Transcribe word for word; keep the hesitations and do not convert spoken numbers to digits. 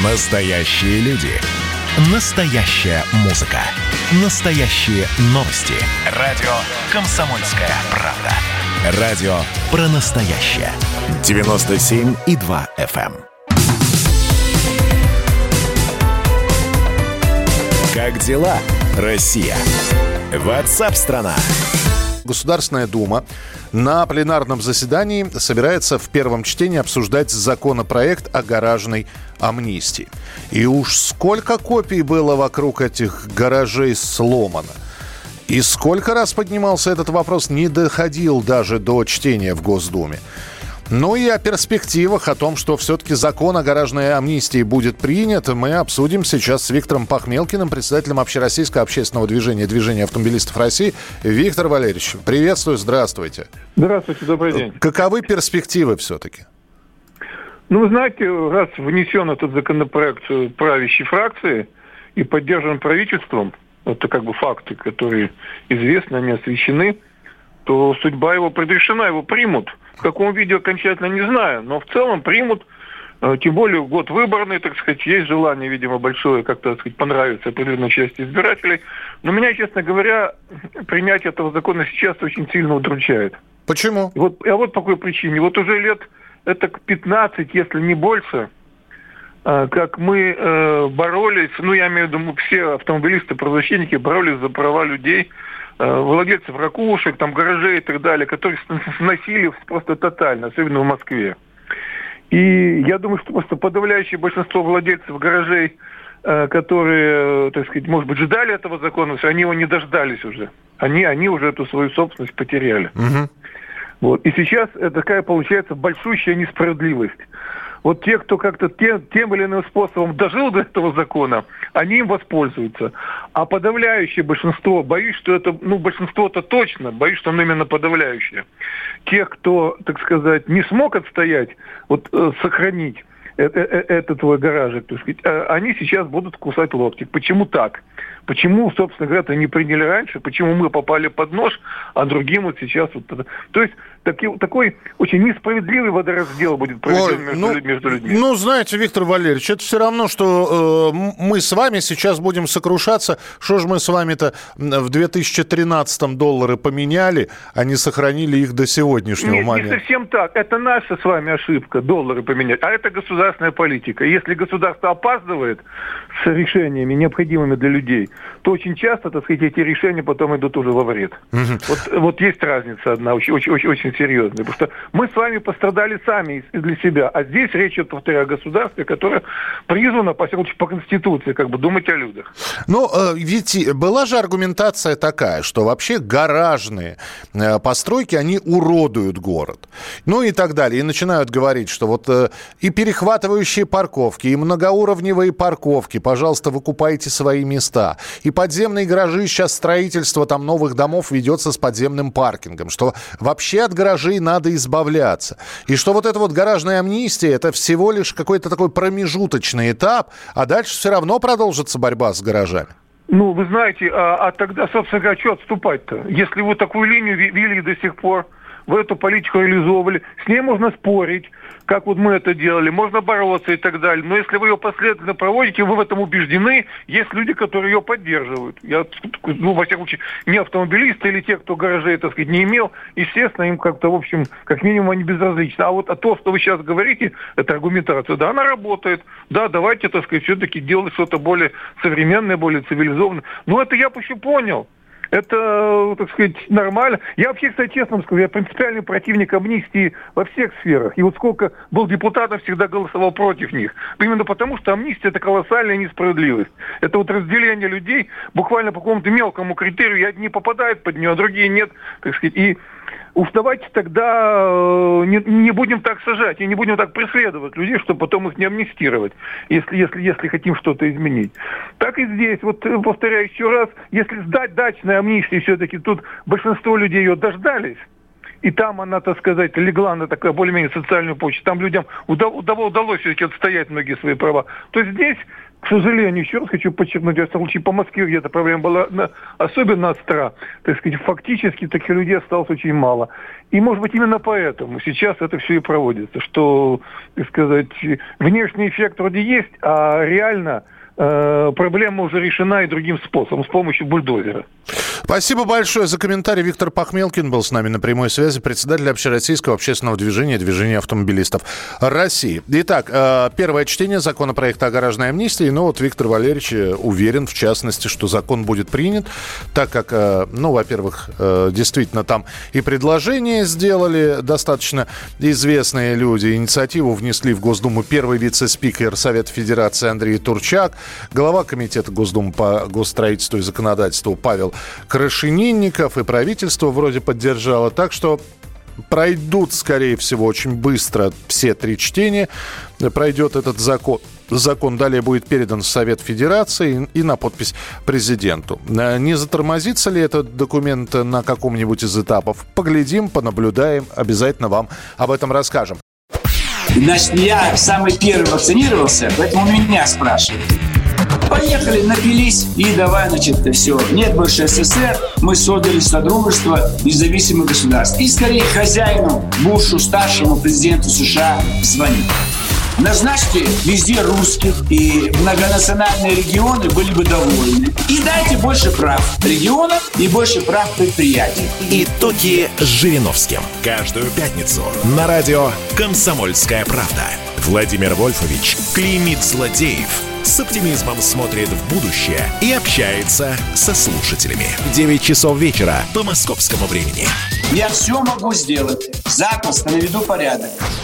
Настоящие люди. Настоящая музыка. Настоящие новости. Радио «Комсомольская правда». Радио про настоящее. девяносто семь и два эф эм. Как дела, Россия? Ватсап-страна! Государственная Дума на пленарном заседании собирается в первом чтении обсуждать законопроект о гаражной амнистии. И уж сколько копий было вокруг этих гаражей сломано. И сколько раз поднимался этот вопрос, не доходил даже до чтения в Госдуме. Ну и о перспективах, о том, что все-таки закон о гаражной амнистии будет принят, мы обсудим сейчас с Виктором Пахмелкиным, председателем Общероссийского общественного движения «Движение автомобилистов России». Виктор Валерьевич, приветствую, здравствуйте. Здравствуйте, добрый день. Каковы перспективы все-таки? Ну, вы знаете, раз внесен этот законопроект правящей фракции и поддержан правительством, это как бы факты, которые известны, они освещены, то судьба его предрешена, его примут. В каком виде окончательно не знаю, но в целом примут, тем более год выборный, так сказать, есть желание, видимо, большое как-то, так сказать, понравиться определенной части избирателей. Но меня, честно говоря, принятие этого закона сейчас очень сильно удручает. Почему? И вот, а вот по какой причине. Вот уже лет это пятнадцать, если не больше, как мы боролись, ну, я имею в виду, все автомобилисты, правозащитники боролись за права людей, владельцев ракушек, там, гаражей и так далее, которые сносили просто тотально, особенно в Москве. И я думаю, что просто подавляющее большинство владельцев гаражей, которые, так сказать, может быть, ждали этого закона, они его не дождались уже. Они, они уже эту свою собственность потеряли. Угу. Вот. И сейчас такая получается большущая несправедливость. Вот те, кто как-то тем, тем или иным способом дожил до этого закона, они им воспользуются. А подавляющее большинство, боюсь, что это, ну, большинство-то точно, боюсь, что оно именно подавляющее. Тех, кто, так сказать, не смог отстоять, вот, э, сохранить э- э- этот твой гаражик, так сказать, э- они сейчас будут кусать локти. Почему так? Почему, собственно говоря, это не приняли раньше? Почему мы попали под нож, а другим вот сейчас вот это? То есть таки, такой очень несправедливый водораздел будет проведен Ой, между, ну, между людьми. Ну, знаете, Виктор Валерьевич, это все равно, что э, мы с вами сейчас будем сокрушаться. Что же мы с вами-то в две тысячи тринадцатом доллары поменяли, а не сохранили их до сегодняшнего Нет, момента? Не совсем так. Это наша с вами ошибка, доллары поменять. А это государственная политика. Если государство опаздывает с решениями, необходимыми для людей, то очень часто, так сказать, эти решения потом идут уже во вред. Угу. Вот, вот есть разница одна, очень, очень, очень, очень серьезная. Потому что мы с вами пострадали сами для себя. А здесь речь идет, повторяю, о государстве, которое призвано, по всякому случаю, по Конституции, как бы думать о людях. Ну, ведь была же аргументация такая, что вообще гаражные постройки, они уродуют город. Ну и так далее. И начинают говорить, что вот и перехватывающие парковки, и многоуровневые парковки, пожалуйста, выкупайте свои места. И подземные гаражи, сейчас строительство там новых домов ведется с подземным паркингом, что вообще от гаражей надо избавляться. И что вот эта вот гаражная амнистия, это всего лишь какой-то такой промежуточный этап, а дальше все равно продолжится борьба с гаражами. Ну, вы знаете, а, а тогда, собственно говоря, что отступать-то? Если вы такую линию вели до сих пор, вы эту политику реализовывали, с ней можно спорить, как вот мы это делали, можно бороться и так далее. Но если вы ее последовательно проводите, вы в этом убеждены, есть люди, которые ее поддерживают. Я, ну, во всяком случае, не автомобилисты или те, кто гаражей, так сказать, не имел, естественно, им как-то, в общем, как минимум они безразличны. А вот а то, что вы сейчас говорите, эта аргументация, да, она работает. Да, давайте, так сказать, все-таки делать что-то более современное, более цивилизованное. Но это я почему понял. Это, так сказать, нормально. Я вообще, кстати, честно вам скажу, я принципиальный противник амнистии во всех сферах. И вот сколько был депутатов, всегда голосовал против них. Именно потому, что амнистия – это колоссальная несправедливость. Это вот разделение людей буквально по какому-то мелкому критерию. И одни попадают под нее, а другие нет, так сказать. И уж давайте тогда не, не будем так сажать и не будем так преследовать людей, чтобы потом их не амнистировать, если, если, если хотим что-то изменить. Так и здесь, вот повторяю еще раз, если сдать дачную амнистию, все-таки тут большинство людей ее дождались, и там она, так сказать, легла на такую более-менее социальную почву, там людям удалось все-таки отстоять многие свои права, то здесь, к сожалению, еще раз хочу подчеркнуть, в этом случае по Москве где-то проблема была особенно остра. Так сказать, фактически таких людей осталось очень мало. И, может быть, именно поэтому сейчас это все и проводится, что, так сказать, внешний эффект вроде есть, а реально э, проблема уже решена и другим способом, с помощью бульдозера. Спасибо большое за комментарий. Виктор Пахмелкин был с нами на прямой связи, председатель общероссийского общественного движения «Движение автомобилистов России». Итак, первое чтение законопроекта о гаражной амнистии. Но вот Виктор Валерьевич уверен, в частности, что закон будет принят, так как, ну, во-первых, действительно там и предложения сделали достаточно известные люди. Инициативу внесли в Госдуму первый вице-спикер Совета Федерации Андрей Турчак, глава Комитета Госдумы по госстроительству и законодательству Павел Крашенинников, и правительство вроде поддержало. Так что пройдут, скорее всего, очень быстро все три чтения. Пройдет этот закон. Закон далее будет передан в Совет Федерации и на подпись президенту. Не затормозится ли этот документ на каком-нибудь из этапов? Поглядим, понаблюдаем. Обязательно вам об этом расскажем. Значит, я самый первый вакцинировался, поэтому меня спрашивают. Поехали, напились и давай, значит, все. Нет больше СССР, мы создали Содружество независимых государств. И скорее хозяину Бушу, старшему президенту США, звонить. Назначьте везде русских, и многонациональные регионы были бы довольны. И дайте больше прав регионам и больше прав предприятий. Итоги с Жириновским. Каждую пятницу на радио «Комсомольская правда». Владимир Вольфович клеймит злодеев, с оптимизмом смотрит в будущее и общается со слушателями. девять часов вечера по московскому времени. Я все могу сделать. Запросто наведу порядок.